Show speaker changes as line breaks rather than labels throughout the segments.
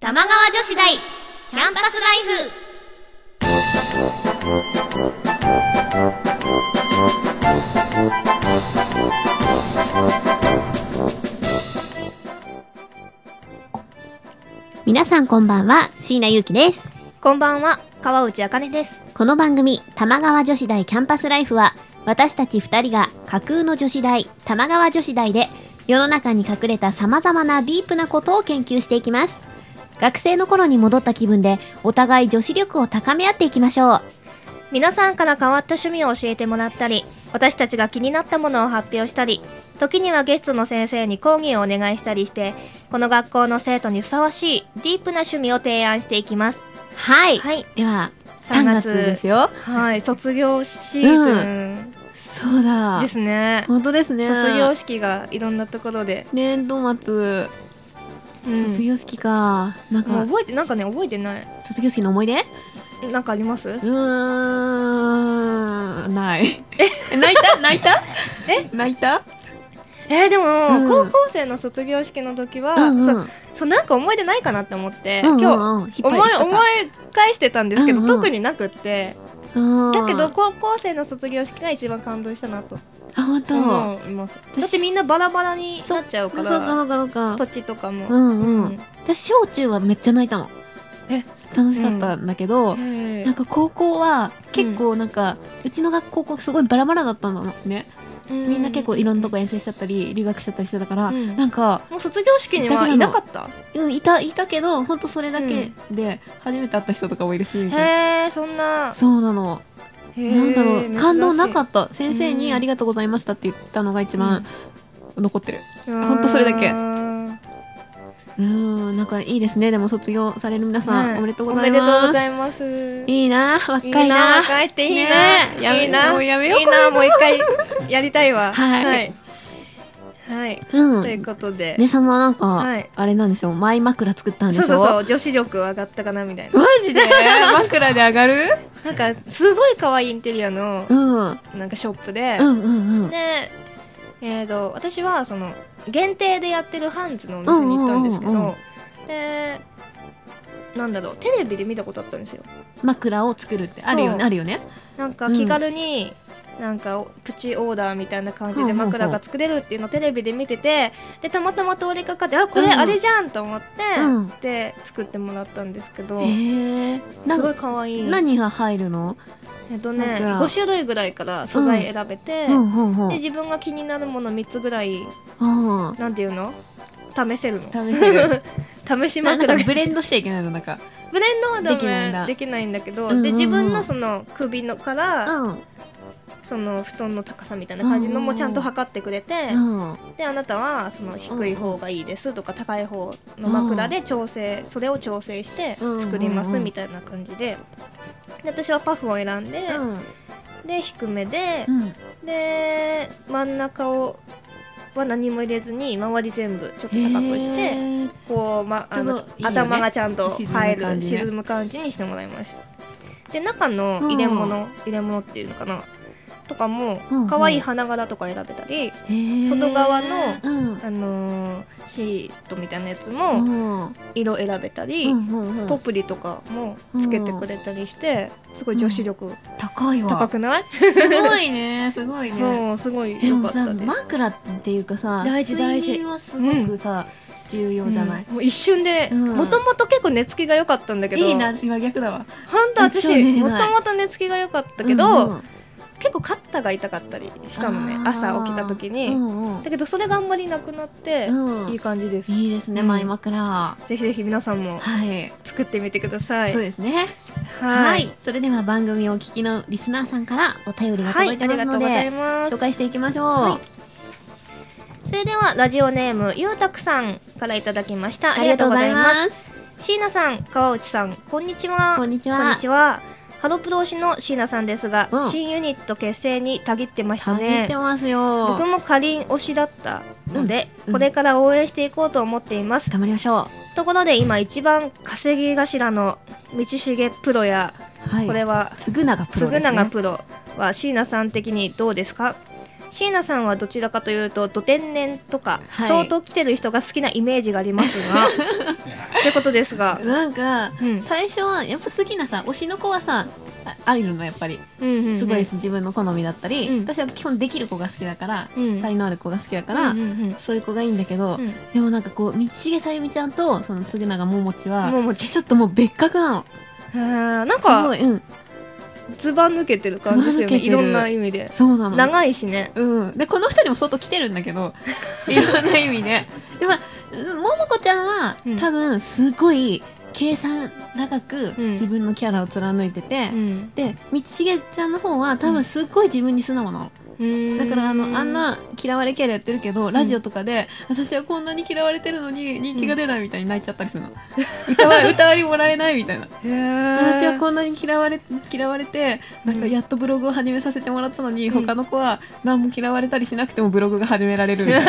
玉川女子大キャンパスライフ。皆さんこんばんは、椎名優樹です。
こんばんは、川内あかねです。
この番組玉川女子大キャンパスライフは、私たち2人が架空の女子大玉川女子大で世の中に隠れた様々なディープなことを研究していきます。学生の頃に戻った気分でお互い女子力を高め合っていきましょう。
皆さんから変わった趣味を教えてもらったり、私たちが気になったものを発表したり、時にはゲストの先生に講義をお願いしたりして、この学校の生徒にふさわしいディープな趣味を提案していきます。
はい、
はい、
では3月ですよ。
はい、卒業シーズン、
そうだ
ですね。
本当ですね。
卒業式がいろんなところで、
年度末、卒業式か。なんか
覚えてない。
卒業式の思い出
なんかあります？
ない泣いた泣いた
でも、高校生の卒業式の時は、なんか思い出ないかなって思って、今日思い返してたんですけど、特になくって、だけど高校生の卒業式が一番感動したなと思います。だってみんなバラバラになっちゃうから、土地とかも。
私小中はめっちゃ泣いたの。楽しかったんだけど、なんか高校は結構なんか、うちの高校すごいバラバラだったんだね。みんな結構いろんなとこ遠征しちゃったり留学しちゃったりしてたから、なんか
もう卒業式にはいなかった？
いたけど、ほんとそれだけで初めて会った人とかもいるしみたいな。
そんな。
そうなの。なんだろう、感動なかった。先生にありがとうございましたって言ったのが一番残ってる。ほんとそれだけ。なんかいいですね。でも卒業される皆さん、おめでとうございます。
おめでとうございます。
いいな、若いな。
若いっていいな。
もうやめよう。
いいな、もう一回やりたいわ。
はい。
ということで。
ねさんはなんか、あれなんでしょう、マイ枕作ったんでしょ？
そう、女子力上がったかなみたいな。
マジで枕で上がる？
なんか、すごい可愛いインテリアの、なんかショップで、で、私はその、限定でやってるハンズのお店に行ったんですけど、なんだろう、テレビで見たことあったんですよ。
枕を作るってあるよね。
なんか気軽になんかプチオーダーみたいな感じで枕が作れるっていうのをテレビで見てて、でたまたま通りかかって、これあれじゃんと思って、で作ってもらったんですけど、すごい可愛い。
何が入るの
？5種類ぐらいから素材選べて、で自分が気になるもの3つぐらい、なんていうの？試せるの？試し枕。
ブレンドしちゃいけないの？なんか
ブレンドはできないんだけど、で自分のその首のから、その布団の高さみたいな感じのもちゃんと測ってくれて、であなたはその低い方がいいですとか高い方の枕でそれを調整して作りますみたいな感じで、私はパフを選んで、で低めで、で真ん中は何も入れずに周り全部ちょっと高くして、こう、頭がちゃんと入る沈む感じにしてもらいました。で中の入れ物っていうのかなとかも可愛い花柄とか選べたり、外側のシートみたいなやつも色選べたり、ポプリとかもつけてくれたりして、すごい女子力高くない？
すごいね。すごいね。
そう、すごい良かったです。
枕っていうかさ、
大事
睡眠はすごくさ、重要じゃない？
もう一瞬で、もともと結構寝つきが良かったんだけど、
いいな、私は逆だわ。
本当私もともと寝つきが良かったけど、結構肩が痛かったりしたのね、朝起きた時に。だけどそれがあんまりなくなって、いい感じです。
いいですね、マイ枕。
ぜひぜひ皆さんも作ってみてください。
そうですね。はい。それでは番組をお聞きのリスナーさんからお便りが届いてますので、紹介していきましょう。
それではラジオネームゆうたくさんからいただきました。ありがとうございます。椎名さん、川内さん、こんにちは。
こんにちは。
ハロプロ推しの椎名さんですが、新ユニット結成にたぎってましたね。
たぎってますよ。
僕もかりん推しだったので、これから応援していこうと思っています。
頑張りましょ
う。ところで今一番稼ぎ頭の道重プロや、これは
嗣永プロですね。
嗣永プロは椎名さん的にどうですか？ 椎名さんはどちらかというとド天然とか、相当来てる人が好きなイメージがありますがってことですが、
なんか、最初はやっぱ好きなさ推しの子はさあるのやっぱり、すごい自分の好みだったり、私は基本できる子が好きだから、才能ある子が好きだから、そういう子がいいんだけど、でもなんかこう道重さゆみちゃんとその次永桃地はちょっともう別格なの。
なんかすごい、ずば抜けてる感じですよね、いろんな意味で。
そうなの、
長いしね。
でこの2人も相当来てるんだけどいろんな意味ででも桃子ちゃんは、多分すごい計算高く自分のキャラを貫いてて、で道重ちゃんの方は多分すっごい自分に素直なの。だからあんな嫌われキャラやってるけど、ラジオとかで、私はこんなに嫌われてるのに人気が出ないみたいに泣いちゃったりするの、歌わりもらえないみたいな私はこんなに嫌われてなんかやっとブログを始めさせてもらったのに、他の子は何も嫌われたりしなくてもブログが始められるみたい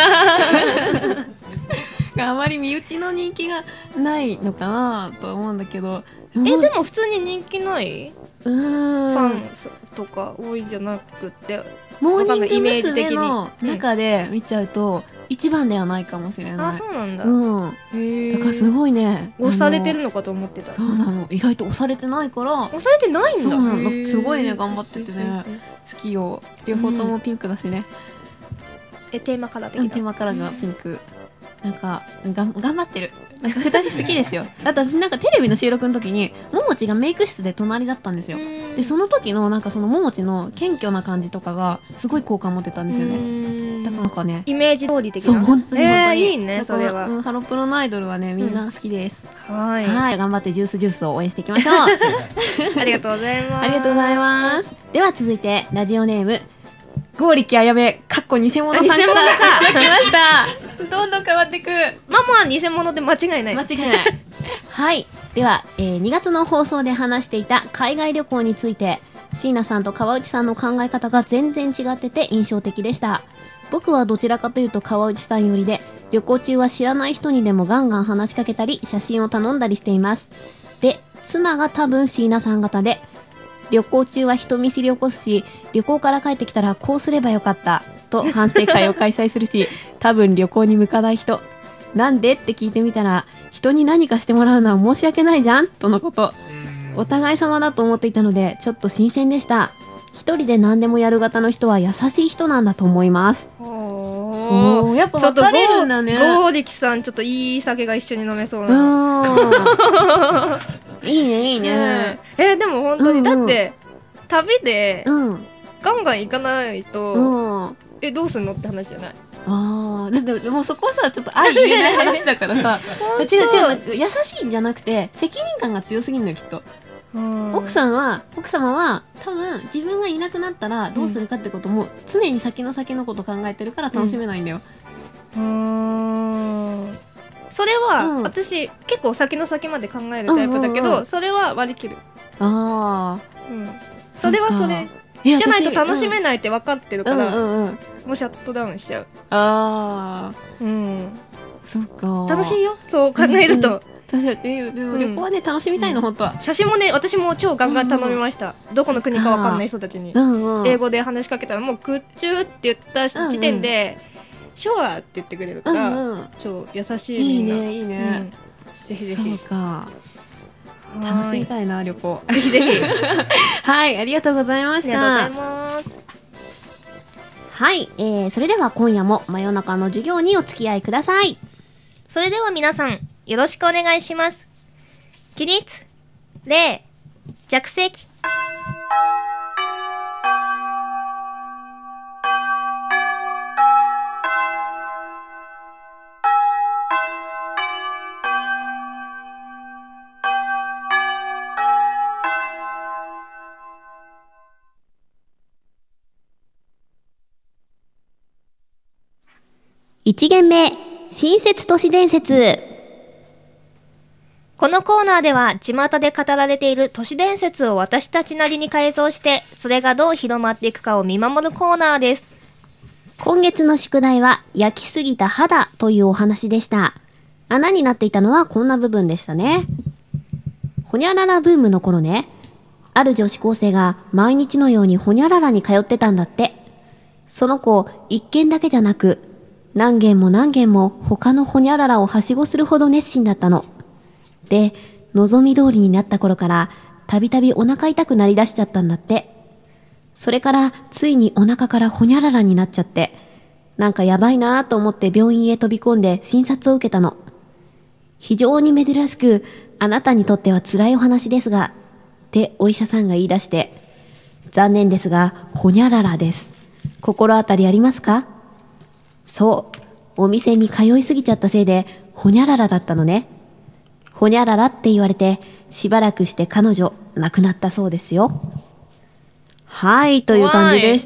なあまり身内の人気がないのかなとは思うんだけど、
でも普通に人気ないファンとか多いんじゃなくて、
モーニング娘。の中で見ちゃうと一番ではないかもしれない。
あ、そうなんだ。
だからすごいね、
押されてるのかと思ってた。
そうなの、意外と押されてないから。
押されてないんだ。
そうなの、すごいね、頑張っててね、好きよ。両方ともピンクだしね。
テーマカラー的な。
テーマカラーがピンク。なんか頑張ってる。なんか2人好きですよ。あと私なんかテレビの収録の時にももちがメイク室で隣だったんですよ。でその時のなんかそのももちの謙虚な感じとかがすごい好感持ってたんですよね。だからなんかね、
イメージ通り的な。
そう本当に
いいねそれは。
ハロプロのアイドルはねみんな好きです。
はい、
頑張ってジュースを応援していきましょう。
ありがとうございます。
ありがとうございます。では続いてラジオネーム剛力あやめかっこ偽物さんからいただきました。どんどん変わっていく。
まあ偽物で間違いない。
間違いない。はい。では、2月の放送で話していた海外旅行について、椎名さんと川内さんの考え方が全然違ってて印象的でした。僕はどちらかというと川内さん寄りで、旅行中は知らない人にでもガンガン話しかけたり、写真を頼んだりしています。で、妻が多分椎名さん型で、旅行中は人見知り起こすし、旅行から帰ってきたらこうすればよかったと反省会を開催するし、多分旅行に向かない人。なんでって聞いてみたら、人に何かしてもらうのは申し訳ないじゃんとのこと。お互い様だと思っていたので、ちょっと新鮮でした。一人で何でもやる型の人は優しい人なんだと思います。やっぱ分かれるんだね。
剛力さん、ちょっといい酒が一緒に飲めそうな。
いいねいいね。
でも本当に、だって旅でガンガン行かないと、どうすんのって話じゃない。
でもそこはさ、ちょっと相言えない話だからさ違う優しいんじゃなくて責任感が強すぎるのよきっと。奥様は多分自分がいなくなったらどうするかってことも常に先のこと考えてるから楽しめないんだよ。
それは、私結構先の先まで考えるタイプだけど、それは割り切る。それはそれじゃないと楽しめないって分かってるから、もうシャットダウンしちゃう。
そっか。
楽しいよ、そう考えると。
でも旅行はね楽しみたいの本当は。
写真もね、私も超ガンガン頼みました。どこの国か分かんない人たちに英語で話しかけたら、もうグッチューって言った時点でショアって言ってくれるから、超優しい。みんな。
いいね。
ぜひぜひ。
そうか。楽しみたいな旅行。
ぜひぜひ。
はい、ありがとうございました。
ありがとうございます。
はい、それでは今夜も真夜中の授業にお付き合いください。
それでは皆さんよろしくお願いします。起立、礼、着席。
1限目、新設都市伝説。
このコーナーでは巷で語られている都市伝説を私たちなりに改造して、それがどう広まっていくかを見守るコーナーです。
今月の宿題は焼きすぎた肌というお話でした。穴になっていたのはこんな部分でしたね。ホニャララブームの頃ね、ある女子高生が毎日のようにホニャララに通ってたんだって。 その子、一軒だけじゃなく、何軒も何軒も他のホニャララをはしごするほど熱心だったの。で、望み通りになった頃から、たびたびお腹痛くなりだしちゃったんだって。それから、ついにお腹からホニャララになっちゃって、なんかやばいなぁと思って病院へ飛び込んで診察を受けたの。非常に珍しく、あなたにとっては辛いお話ですが、ってお医者さんが言い出して、残念ですが、ホニャララです。心当たりありますか？そう、お店に通いすぎちゃったせいで、ホニャララだったのね。ホニャララって言われて、しばらくして彼女、亡くなったそうですよ。はい、という感じでした。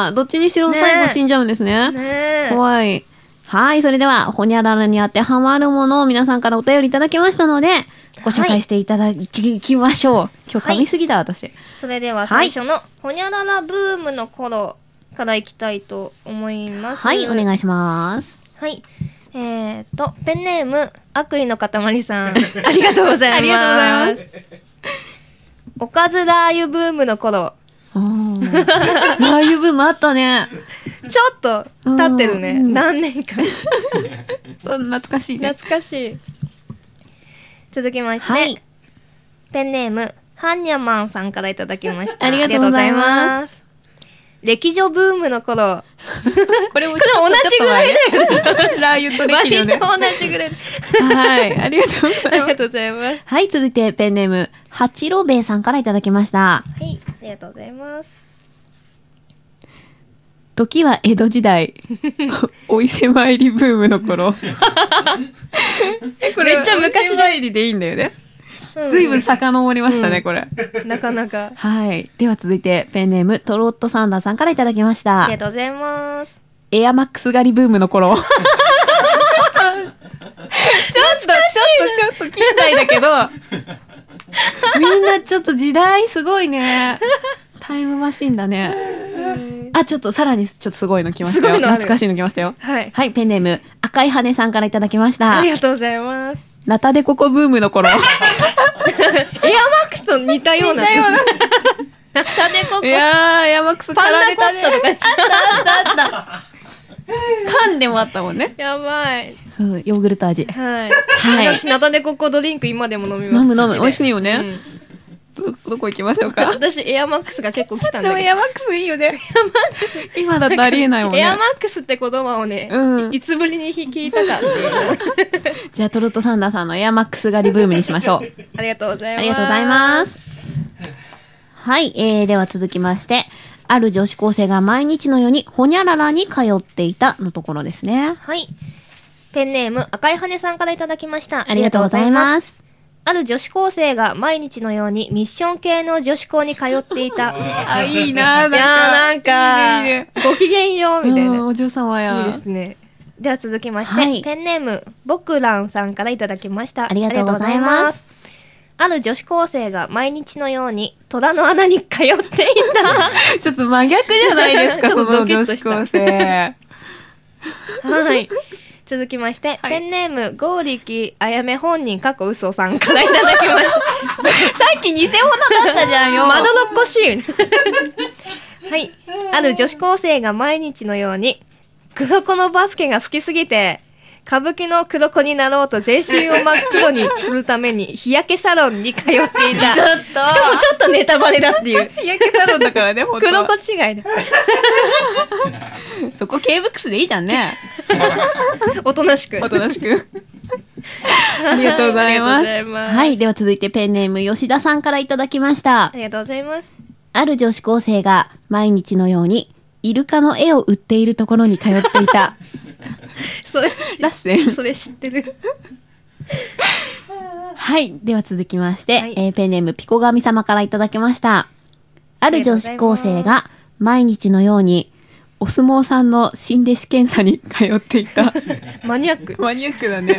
どっちにしろ最後死んじゃうんですね。
ね
怖い。はい、それでは、ホニャララに当てはまるものを皆さんからお便りいただきましたので、ご紹介していただきましょう。今日噛みすぎだ、私。
それでは最初の、ホニャララブームの頃からいきたいと思います。
はい、お願いします。
はい。ペンネーム、悪意の塊さん。ありがとうございます。ありがとうございます。おかずラー油ブームの頃。
ラー油ブームあったね。
ちょっと経ってるね。何年か。
懐かしいね。
懐かしい。続きまして、
はい、
ペンネーム、ハンニャマンさんからいただきました。
ありがとうございます。
歴女ブームの頃。
これも同じぐらいだよね。ラー油と歴女ね。
割と同じぐらい。
はい、ありがとうございます。
ありがとうございます。
はい、続いてペンネーム、ハチロベイさんからいただきました。
はい、ありがとうございます。
時は江戸時代、お伊勢参りブームの頃。これ
めっちゃ昔
お伊勢参りでいいんだよね。ずいぶん遡りましたね、これ。
なかなか。
はい。では続いて、ペンネーム、トロットサンダーさんからいただきました。
ありがとうございます。
エアマックス狩りブームの頃。ちょっと近代だけど、みんなちょっと時代すごいね。タイムマシンだね。あ、ちょっとさらにちょっとすごいの来ましたよ。懐かしいの来ましたよ。
はい。
はい、ペンネーム、赤い羽さんからいただきました。
ありがとうございます。
ナタデココブームの頃。エアマ
ックスと似たような。ナタデココ。
いやー、エアマックス
パンダコッタとか
あった缶でもあったもんね。
やばい。
そう、ヨーグルト味。
はい。私、ナタデココドリンク今でも飲みます。
飲む。美味しくいいよね。どこ行きましょうか。
私、エアマックスが結構来たんだけど。
でもエアマックスいいよね。今だとありえないもんね。
エアマックスって言葉をね、いつぶりに聞いたかっていう。
じゃあ、トロットサンダーさんのエアマックス狩りブームにしましょう。
ありがとうございます。
ありがとうございます。はい、では続きまして、ある女子高生が毎日のようにホニャララに通っていたのところですね。
はい。ペンネーム、赤い羽さんからいただきました。
ありがとうございます。
ある女子高生が毎日のようにミッション系の女子校に通っていた。
あ、いいな。
なんか、ごきげんようみたいな。
お嬢様や。
いいですね。では続きまして、ペンネーム、ボクランさんからいただきました。
ありがとうございます。
ある女子高生が毎日のように虎の穴に通っていた。
ちょっと真逆じゃないですか、その女子高生。
はい。続きまして、ペンネーム、ゴーリキあやめ本人過去嘘さんからいただきました。さ
っき偽物だったじゃんよ。
まどろっこしい。はい。ある女子高生が毎日のように、黒子のバスケが好きすぎて、歌舞伎の黒子になろうと全身を真っ黒にするために日焼けサロンに通っていた。
ちょっと。
しかもちょっとネタバレだっていう。
日焼けサロンだからね、本当
黒子違いだ。
そこ K-BOOKS でいいじゃんね。
おとなしく。
おとなしく。ありがとうございます。はい。では続いてペンネーム吉田さんからいただきました。
ありがとうございます。
ある女子高生が毎日のようにイルカの絵を売っているところに通っていた。
それ、
ラッセン。
それ知ってる。
はい。では続きまして、ペンネームピコ神様からいただきました。ある女子高生が毎日のようにお相撲さんの新弟子検査に通っていた。
マニアック。
マニアックだね。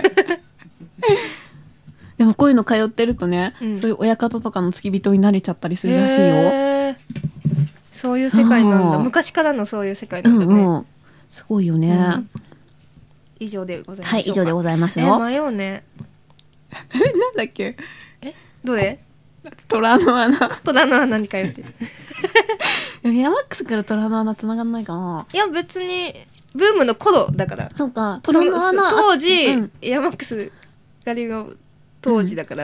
でもこういうの通ってるとね、そういう親方とかの付き人になれちゃったりするらしいよ。
そういう世界なんだ。昔からのそういう世界なんだね。
すごいよね。
以上でございます。
はい、以上でございますよ。
迷うね。
なんだっけ。
どれ？
虎の穴。
虎の穴に通ってる。
エアマックスから虎の穴繋がんないかな。
いや別にブームの頃だから。
そうか。虎の穴
当時、エアマックス狩りの当時だから。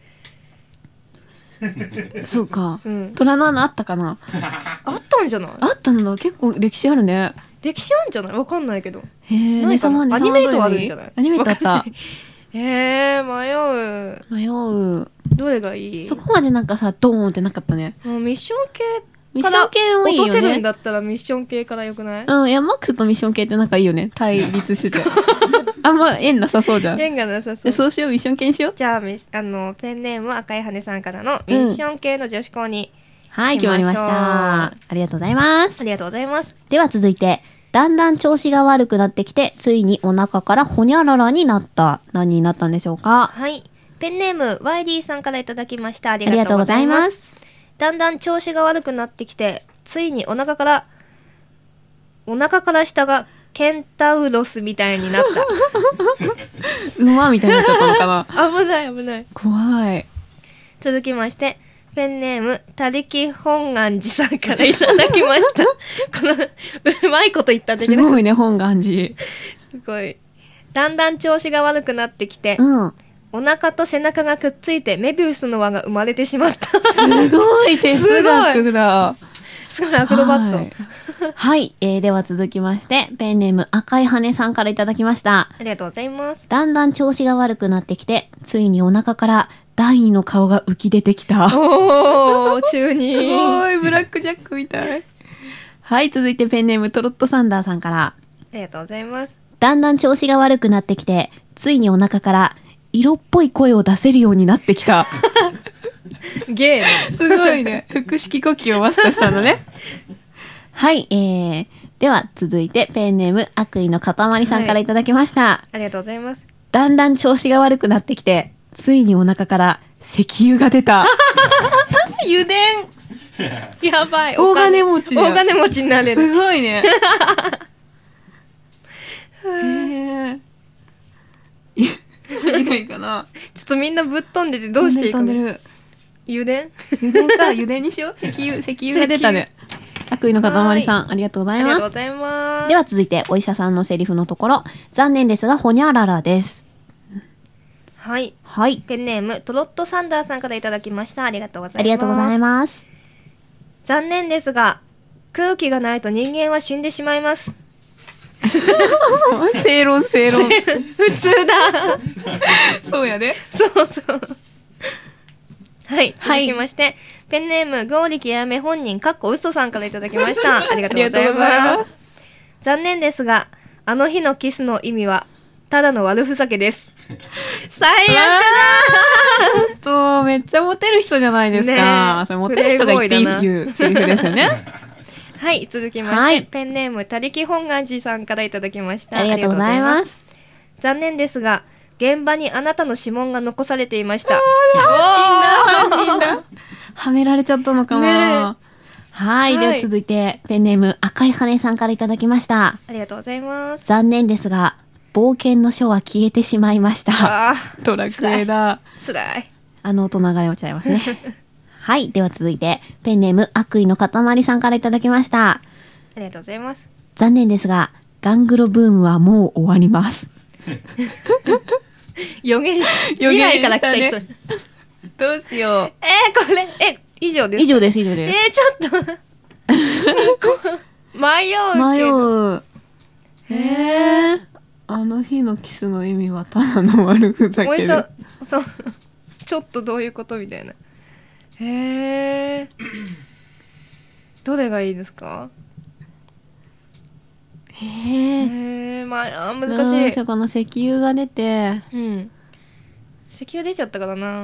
そうか、虎の穴あったかな。
あったんじゃない？
あったのだ。結構歴史あるね。
歴史あるんじゃない？わかんないけど。
へえ。アニ
メートあるんじゃない？
アニメートあった。
迷う。どれがいい？
そこまでなんかさ、ドーンってなかったね。
ミッション系から落とせるんだったらミッション系からよくない？
エアマックスとミッション系ってなんかいいよね。対立してて。あんま縁なさそうじゃん。
縁がなさそう。
そうしよう、ミッション系にしよう。
じゃあ、ペンネーム赤い羽さんからのミッション系の女子校に
はい、決まりました。ありがとうございます。
ありがとうございます。
では続いて、だんだん調子が悪くなってきて、ついにお腹からほにゃららになった。何になったんでしょうか？
はい。ペンネームワイリーさんからいただきました。ありがとうございます。だんだん調子が悪くなってきて、ついにお腹から下がケンタウロスみたいになった。
馬みたいになっちゃったのかな。
危ない。
怖い。
続きまして、ペンネーム他力本願寺さんからいただきました。このうまいこと言ったんだけど。
すごいね、本願寺。
すごい。だんだん調子が悪くなってきて、お腹と背中がくっついてメビウスの輪が生まれてしまった。
すごい哲学だ。
すごいアクロバット。
はい、では続きまして、ペンネーム赤い羽さんからいただきました。
ありがとうございます。
だんだん調子が悪くなってきて、ついにお腹から第二の顔が浮き出てきた。
おー、中二。
すごい、ブラックジャックみたい。はい、続いてペンネームトロットサンダーさんから。
ありがとうございます。
だんだん調子が悪くなってきて、ついにお腹から色っぽい声を出せるようになってきた。
ゲーね。
すごいね。腹式呼吸をマスターしたのね。はい、では続いてペンネーム悪意の塊さんからいただきました。
ありがとうございます。
だんだん調子が悪くなってきて、ついにお腹から石油が出た。油田。
やばい。
大金持ち。
大金持ちになれる。
すごいね。何がいいかな。
ちょっとみんなぶっ飛んでてどうしていいか。油田
か。油田にしよう。石油が出たね。悪意の塊さん、ありがとうございます。
ありがとうございます。
では続いてお医者さんのセリフのところ、残念ですがほにゃららです。
はい。
はい。
ペンネームトロットサンダーさんからいただきました。ありがとうございます。
ありがとうございます。
残念ですが空気がないと人間は死んでしまいます。
正論。
普通だ。
そうやで。
そう。はい。続きまして、ペンネーム剛力やめ本人嘘さんからいただきました。ありがとうございます。残念ですがあの日のキスの意味はただの悪ふざけです。最悪
だ。めっちゃモテる人じゃないですか。それモテる人が言っていうセリフですよね。
はい、続きまして、ペンネーム他力本願寺さんからいただきました。
ありがとうございます。
残念ですが現場にあなたの指紋が残されていました。
犯人だ。はめられちゃったのかな。はい、では続いてペンネーム赤い羽さんからいただきました。
ありがとうございます。
残念ですが冒険の書は消えてしまいました。ドラクエだ。
つらい。
あの音流れちゃいますね。はい、では続いてペンネーム悪意の塊さんからいただきました。
ありがとうございます。
残念ですがガングロブームはもう終わります。
予言し未来から来た人。
どうしよう。
これ以上です。
以上です。
ちょっと迷う。
あの日のキスの意味はただの悪ふざけで。
そうちょっとどういうことみたいな。どれがいいですか？難しい。
この石油が出て、
石油出ちゃったからな。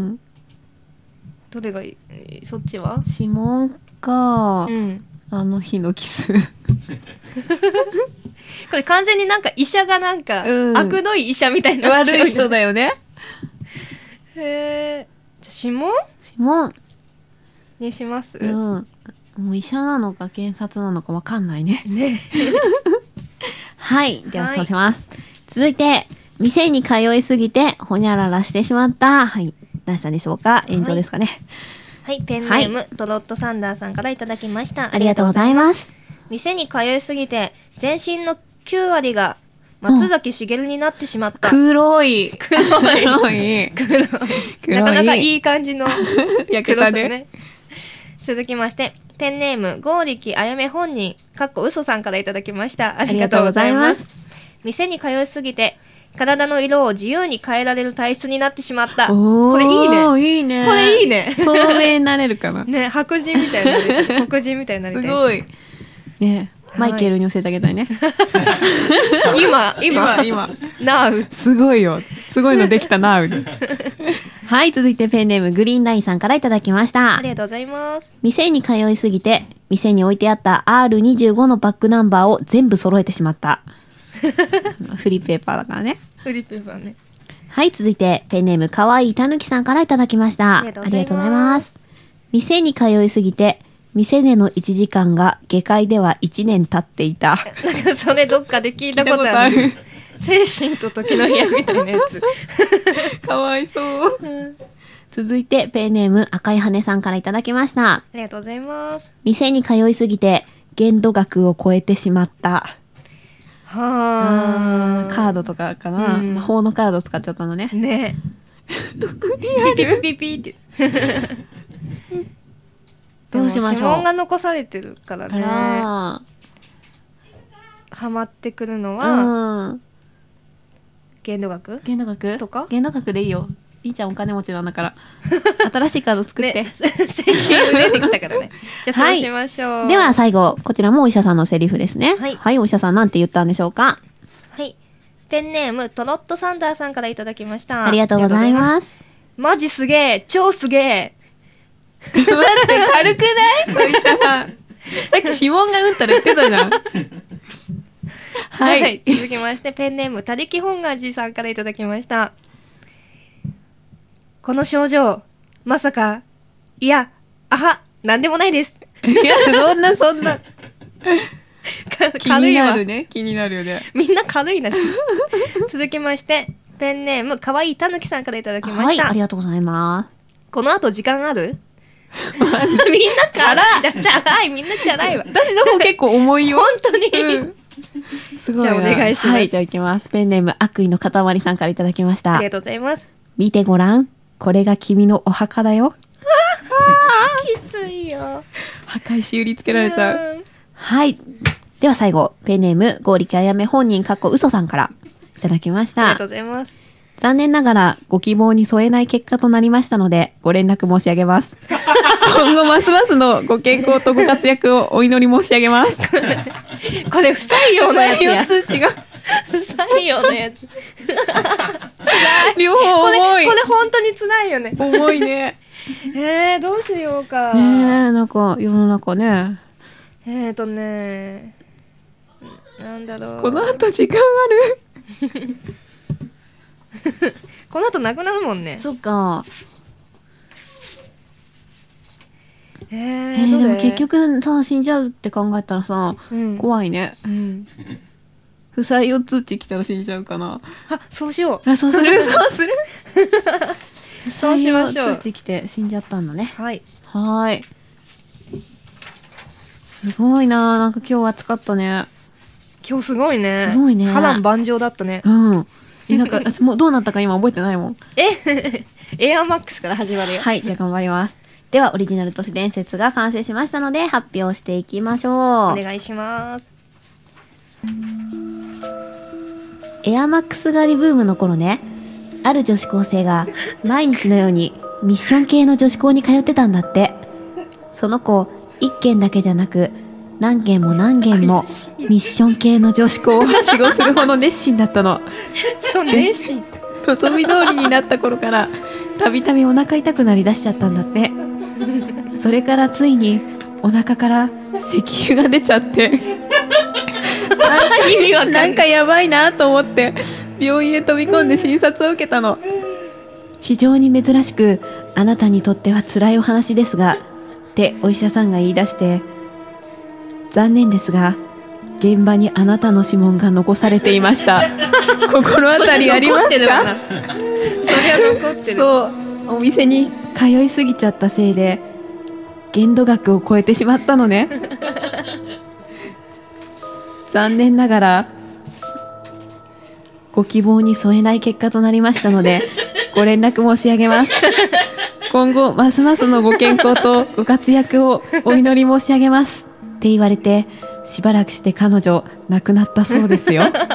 どれがいい？そっちは？
指紋か、あの日のキス。
これ完全になんか医者がなんか、悪どい医者みたいな。
悪い人だよね。
じゃ指紋にします？
もう医者なのか検察なのかわかんないね。はい、ではそうします。続いて店に通いすぎてほにゃららしてしまった。はい。 出したんでしょうか。炎上ですかね。
はい、ペンネーム、トロットサンダーさんからいただきました。
ありがとうございます。
店に通いすぎて全身の9割が松崎しげるになってしまった。
黒い
なかなかいい感じの
焼けたね。
続きまして、ペンネーム剛力あやめ本人嘘さんからいただきました。ありがとうございます。店に通いすぎて体の色を自由に変えられる体質になってしまった。これいいね。
いいね。
これいいね。
透明になれるかな。
ね、白人みたいになりたい。黒人みたいになりたい。
すごい。ね、マイケルに教えてあげたいね。
今 Now
すごいよ。すごいのできた Now はい、続いてペンネームグリーンラインさんからいただきました。
ありがとうございます。
店に通いすぎて店に置いてあった R25 のバックナンバーを全部揃えてしまった。フリーペーパーだからね。
フリーペーパーね。
はい、続いてペンネームかわいいたぬきさんからいただきました。ありがとうございます。店に通いすぎて店での1時間が下界では1年経っていた。
なんかそれどっかで聞いたことある。精神と時の部屋みたいなやつ。
かわいそう。続いてペンネーム赤い羽さんからいただきました。
ありがとうございます。
店に通いすぎて限度額を超えてしまった。
はあ。
カードとかかな、魔法のカード使っちゃったのね。
ね。リアル。ピピピって。
どうしましょう。
指紋が残されてるからね。はまってくるのは、限度額とか
限度額でいいよ。いいちゃんお金持ちなんだから新しいカード作って。
請求出てきたからね。じゃあそうしましょう。
では最後、こちらもお医者さんのセリフですね。はい、お医者さんなんて言ったんでしょうか。
はい、ペンネームトロットサンダーさんからいただきました。
ありがとうございます。
マジすげえ、超すげえ。
待って、軽くない？お医者さん。さっき指紋がうんたら言ってたじゃん。
はい、続きましてペンネームたりき本願寺さんからいただきました。この症状まさか、いや、あは、なんでもないです。
いや、そんな気になるね。気になるよね。
みんな軽いな。続きましてペンネームかわいいたぬきさんからいただきました。
はい、ありがとうございます。
この後時間ある？みんなチャラい。みんなチャラいわ。
私の方結構重いよ。
本当に、
すごい。
じゃあお願いします。
はい、じゃあいきます。ペンネーム悪意の塊さんからいただきました。
ありがとうございます。
見てごらん、これが君のお墓だよ。
きついよ。
墓石売りつけられちゃう。はい、では最後ペンネーム剛力あやめ本人嘘さんからいただきました。
ありがとうございます。
残念ながらご希望に添えない結果となりましたのでご連絡申し上げます。今後ますますのご健康とご活躍をお祈り申し上げます。
これ不採用のやつや。
通知が
不採用のやつ。辛い。
両方重い。
これ本当に辛いよね。
重いね。
どうしようか。
なんか世の中ね。
なんだろう。
この後時間ある。
この後なくなるもんね。
そっか。でも結局さ、死んじゃうって考えたらさ、怖いね。不採用通知来たら死んじゃうかな。
あ、そうしよう。
そうする
そうしましょう。
通知来て死んじゃったんだね。
はい。
すごいな。なんか今日暑かったね。
今日すごいね。
すごいね。
波乱万丈だったね。
なんかもうどうなったか今覚えてないもん。
エアマックスから始まるよ。
はい、じゃあ頑張ります。ではオリジナル都市伝説が完成しましたので発表していきましょう。
お願いします。
エアマックス狩りブームの頃ね、ある女子高生が毎日のようにミッション系の女子校に通ってたんだって。その子1軒だけじゃなく何軒も何軒もミッション系の女子校をはしごするほど熱心だったの。
超熱心。
望み通りになった頃からたびたびお腹痛くなりだしちゃったんだって。それからついにお腹から石油が出ちゃってなんかやばいなと思って病院へ飛び込んで診察を受けたの。非常に珍しくあなたにとっては辛いお話ですがってお医者さんが言い出して、残念ですが現場にあなたの指紋が残されていました。心当たりありますか？
そりゃ残ってる。
そう、 お店に通いすぎちゃったせいで限度額を超えてしまったのね。残念ながらご希望に添えない結果となりましたのでご連絡申し上げます。今後ますますのご健康とご活躍をお祈り申し上げますって言われて、しばらくして彼女亡くなったそうですよ。か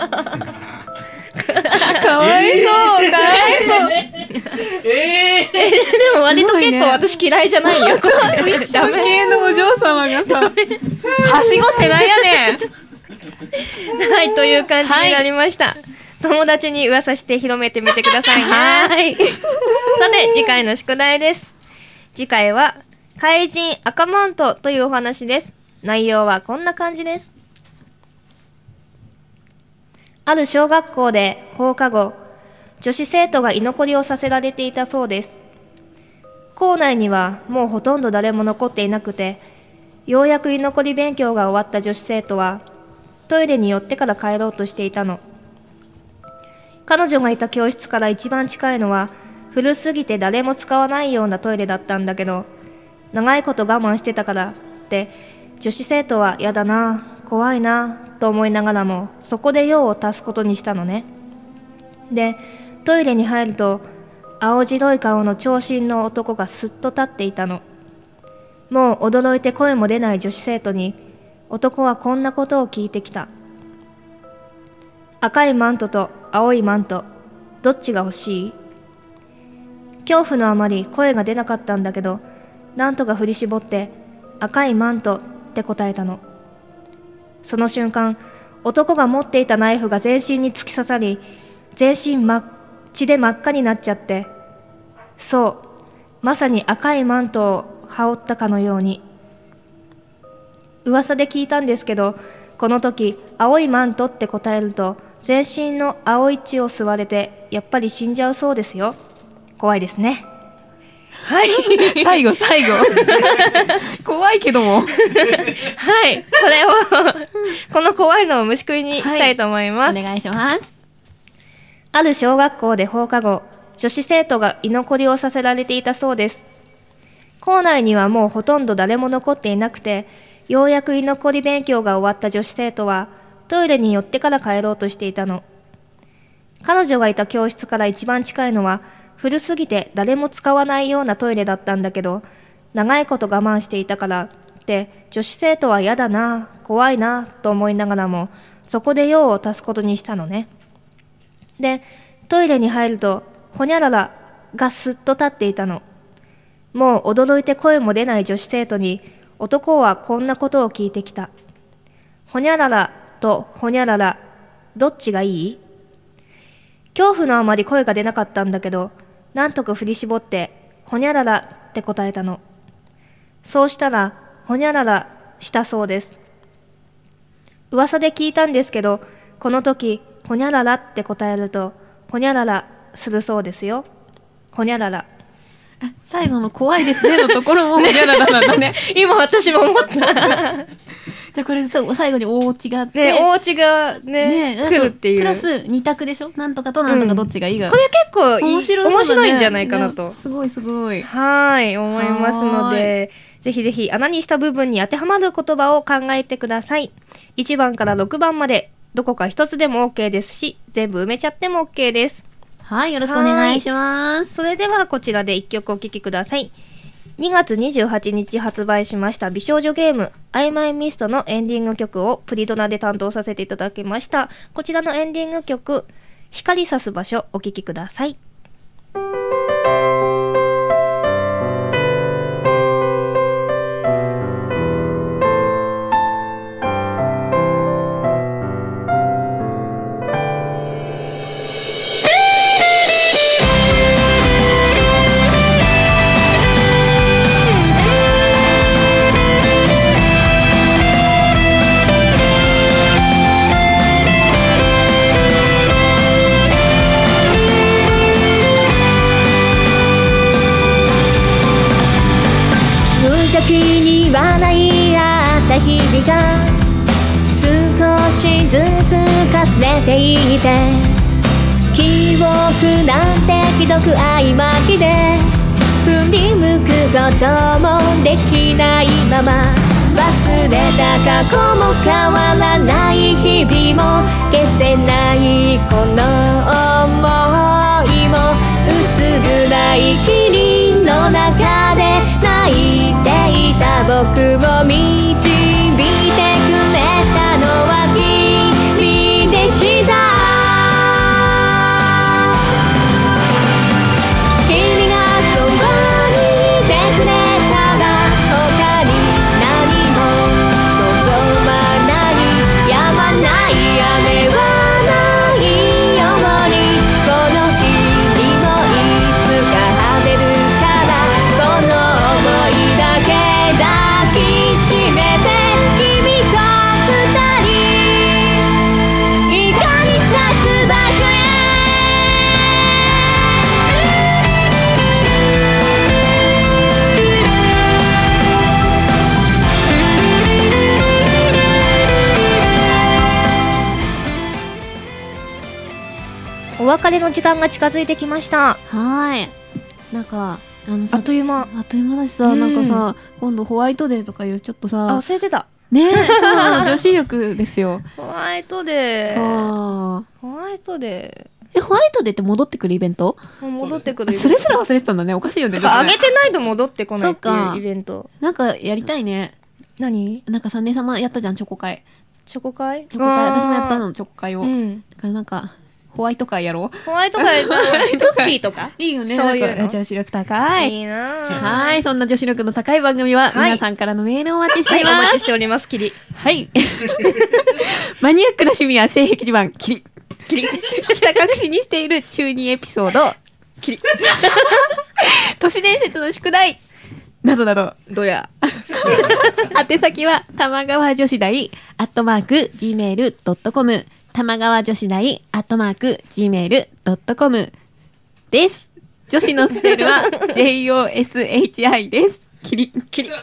わいそう、かわいそう。
でも割と結構私嫌いじゃないよ。
一緒系のお嬢様がさ、はしごってなんやねん。
はい、という感じになりました。はい、友達に噂して広めてみてくださいね。はい。さて、次回の宿題です。次回は怪人赤マントというお話です。内容はこんな感じです。ある小学校で放課後、女子生徒が居残りをさせられていたそうです。校内にはもうほとんど誰も残っていなくて、ようやく居残り勉強が終わった女子生徒はトイレに寄ってから帰ろうとしていたの。彼女がいた教室から一番近いのは古すぎて誰も使わないようなトイレだったんだけど、長いこと我慢してたからって女子生徒はやだな、怖いなと思いながらもそこで用を足すことにしたのね。で、トイレに入ると青白い顔の長身の男がすっと立っていたの。もう驚いて声も出ない女子生徒に男はこんなことを聞いてきた。赤いマントと青いマント、どっちが欲しい？恐怖のあまり声が出なかったんだけど、なんとか振り絞って赤いマントって答えたの。その瞬間、男が持っていたナイフが全身に突き刺さり、全身血で真っ赤になっちゃって、そう、まさに赤いマントを羽織ったかのように。噂で聞いたんですけど、この時青いマントって答えると全身の青い血を吸われてやっぱり死んじゃうそうですよ。怖いですね。はい。
最後怖いけどもはい、
この怖いのを虫食いにしたいと思います、
はい、お願いします。
ある小学校で放課後、女子生徒が居残りをさせられていたそうです。校内にはもうほとんど誰も残っていなくて、ようやく居残り勉強が終わった女子生徒はトイレに寄ってから帰ろうとしていたの。彼女がいた教室から一番近いのは古すぎて誰も使わないようなトイレだったんだけど、長いこと我慢していたからって女子生徒は嫌だな、怖いなと思いながらもそこで用を足すことにしたのね。で、トイレに入るとほにゃららがすっと立っていたの。もう驚いて声も出ない女子生徒に男はこんなことを聞いてきた。ほにゃららとほにゃらら、どっちがいい？恐怖のあまり声が出なかったんだけど、なんとか振り絞ってほにゃららって答えたの。そうしたらほにゃららしたそうです。噂で聞いたんですけど、この時ほにゃららって答えるとほにゃららするそうですよ。ほにゃらら。
最後の怖いですねのところもほにゃららなんだね。
今私も思った。じ
ゃあこれ最後に大落ちがあって、
ね、大落ちがね来るっていう。
プラス2択でしょ。なんとかとなんとかどっちがいいが、
これ結構面白いんじゃないかなと。
すごいすごい。
はい思いますので、ぜひぜひ穴にした部分に当てはまる言葉を考えてください。1番から6番までどこか一つでも OK ですし、全部埋めちゃっても OK です。
はい、よろしくお願いします。
それではこちらで1曲お聴きください。2月28日発売しました美少女ゲームI My Mistのエンディング曲をプリドナで担当させていただきました。こちらのエンディング曲、光さす場所お聴きください。
気にはないあった日々が少しずつかすれていて、記憶なんてひどく曖昧で振り向くこともできないまま、忘れた過去も変わらない日々も消せないこの想いも、薄暗い霧の中で泣いていた僕を導いてくれたのは君でした。君がそばにいてくれたら他に何も望まない、止まない雨はないように、この日にもいつか晴れるから、この想いだけ抱きしめて君と二人光さす場所へ。
お別れの時間が近づいてきました。
はい。なんか
あっという間
だしさ、なんかさ、今度ホワイトデーとかいうちょっとさ、
忘れてた
ね。そうなの、女子力ですよ。
ホワイトデー。ホワイトデ
ー。ホワイトデーって戻ってくるイベント？
戻ってくる。
それすら忘れてたんだね。おかしいよね。
あげてないと戻ってこないっていうイベント。
なんかやりたいね。
何？
なんか3年様やったじゃん、チョコ会。
チョコ会？
私もやったの、チョコ会を。だからなんかホワイト会やろう。
ホワイト会、クッキーとか
いいよね。
そういうの。
女子力高い。
いいな。
はい。そんな女子力の高い番組は、皆さんからのメールをお待ちしています。
お待ちしております、キリ。
はい。マニアックな趣味や性癖自慢、キリ。
キリ。
ひた隠しにしている中2エピソード、
キリ。
都市伝説の宿題、などなど。
どや。
宛先は、玉川女子大@gmail.com。玉川女子大@gmail.com です。女子のスペルは JOSHI です。キリキリ。はい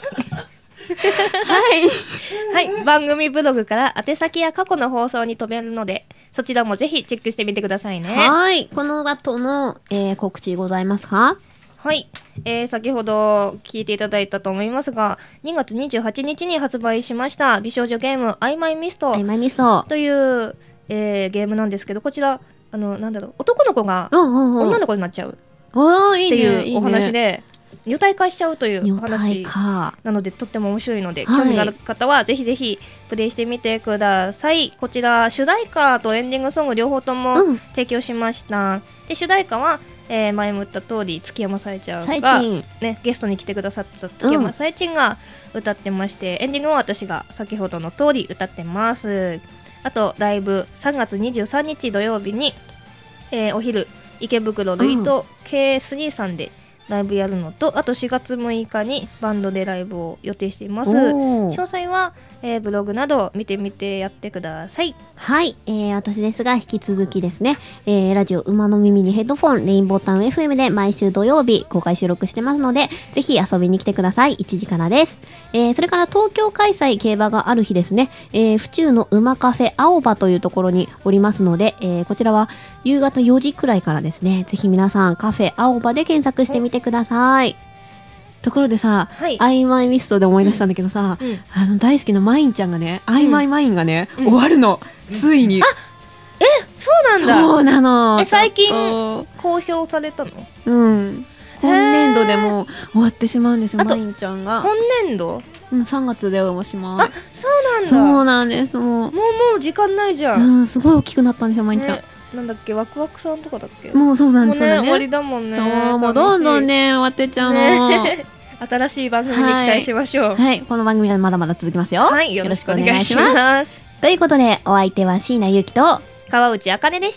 はい。番組ブログから宛先や過去の放送に飛べるので、そちらもぜひチェックしてみてくださいね。
はい。この後の、告知ございますか？
はい。先ほど聞いていただいたと思いますが、2月28日に発売しました美少女ゲームアイマイミストというゲームなんですけど、こちらなんだろう、男の子が女の子になっちゃうっていうお話で、女体化しちゃうというお話なので、とっても面白いので、興味がある方はぜひぜひプレイしてみてください。こちら主題歌とエンディングソング両方とも提供しました。で、主題歌は、前も言った通り月山さえちゃんが、ね、ゲストに来てくださった月山さえちんが歌ってまして、エンディングは私が先ほどの通り歌ってます。あとライブ3月23日土曜日に、お昼池袋ルイト K3 さんでライブやるのと、あと4月6日にバンドでライブを予定しています。詳細は、ブログなど見てみてやってください。
はい、私ですが引き続きですね、ラジオ馬の耳にヘッドフォンレインボータウン FM で毎週土曜日公開収録してますので、ぜひ遊びに来てください。1時からです。それから東京開催競馬がある日ですね、府中の馬カフェ青葉というところにおりますので、こちらは夕方4時くらいからですね、ぜひ皆さんカフェ青葉で検索してみてください。ところでさ、アイマイミストで思い出したんだけどさ、大好きなマインちゃんがね、アイマイマインがね、終わるの、ついに。
そうなんだ。
そうなの。
最近公表されたの？
今年度でも終わってしまうんですよ、マインちゃんが。
今年度
？3月でおしまい。
そうなんだ。
そうなんです。も
う時間ないじゃん。
すごい大きくなったんですよ、マインちゃん。
なんだっけ、ワクワクさんとかだっけ。
もうそうなんですよね。
終わりだもんね。
もうどんどんね終わってっちゃうの。
新しい番組に期待しましょう。
はい、この番組はまだまだ続きますよ。
はい、よろしくお願いします。
ということで、お相手は椎名ゆきと
川内あかねでした。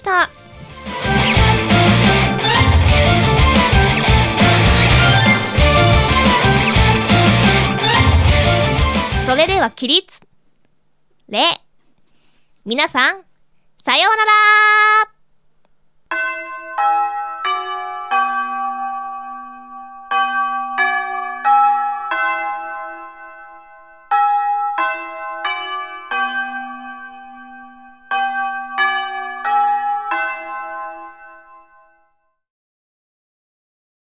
それでは起立。礼。皆さん、さようなら。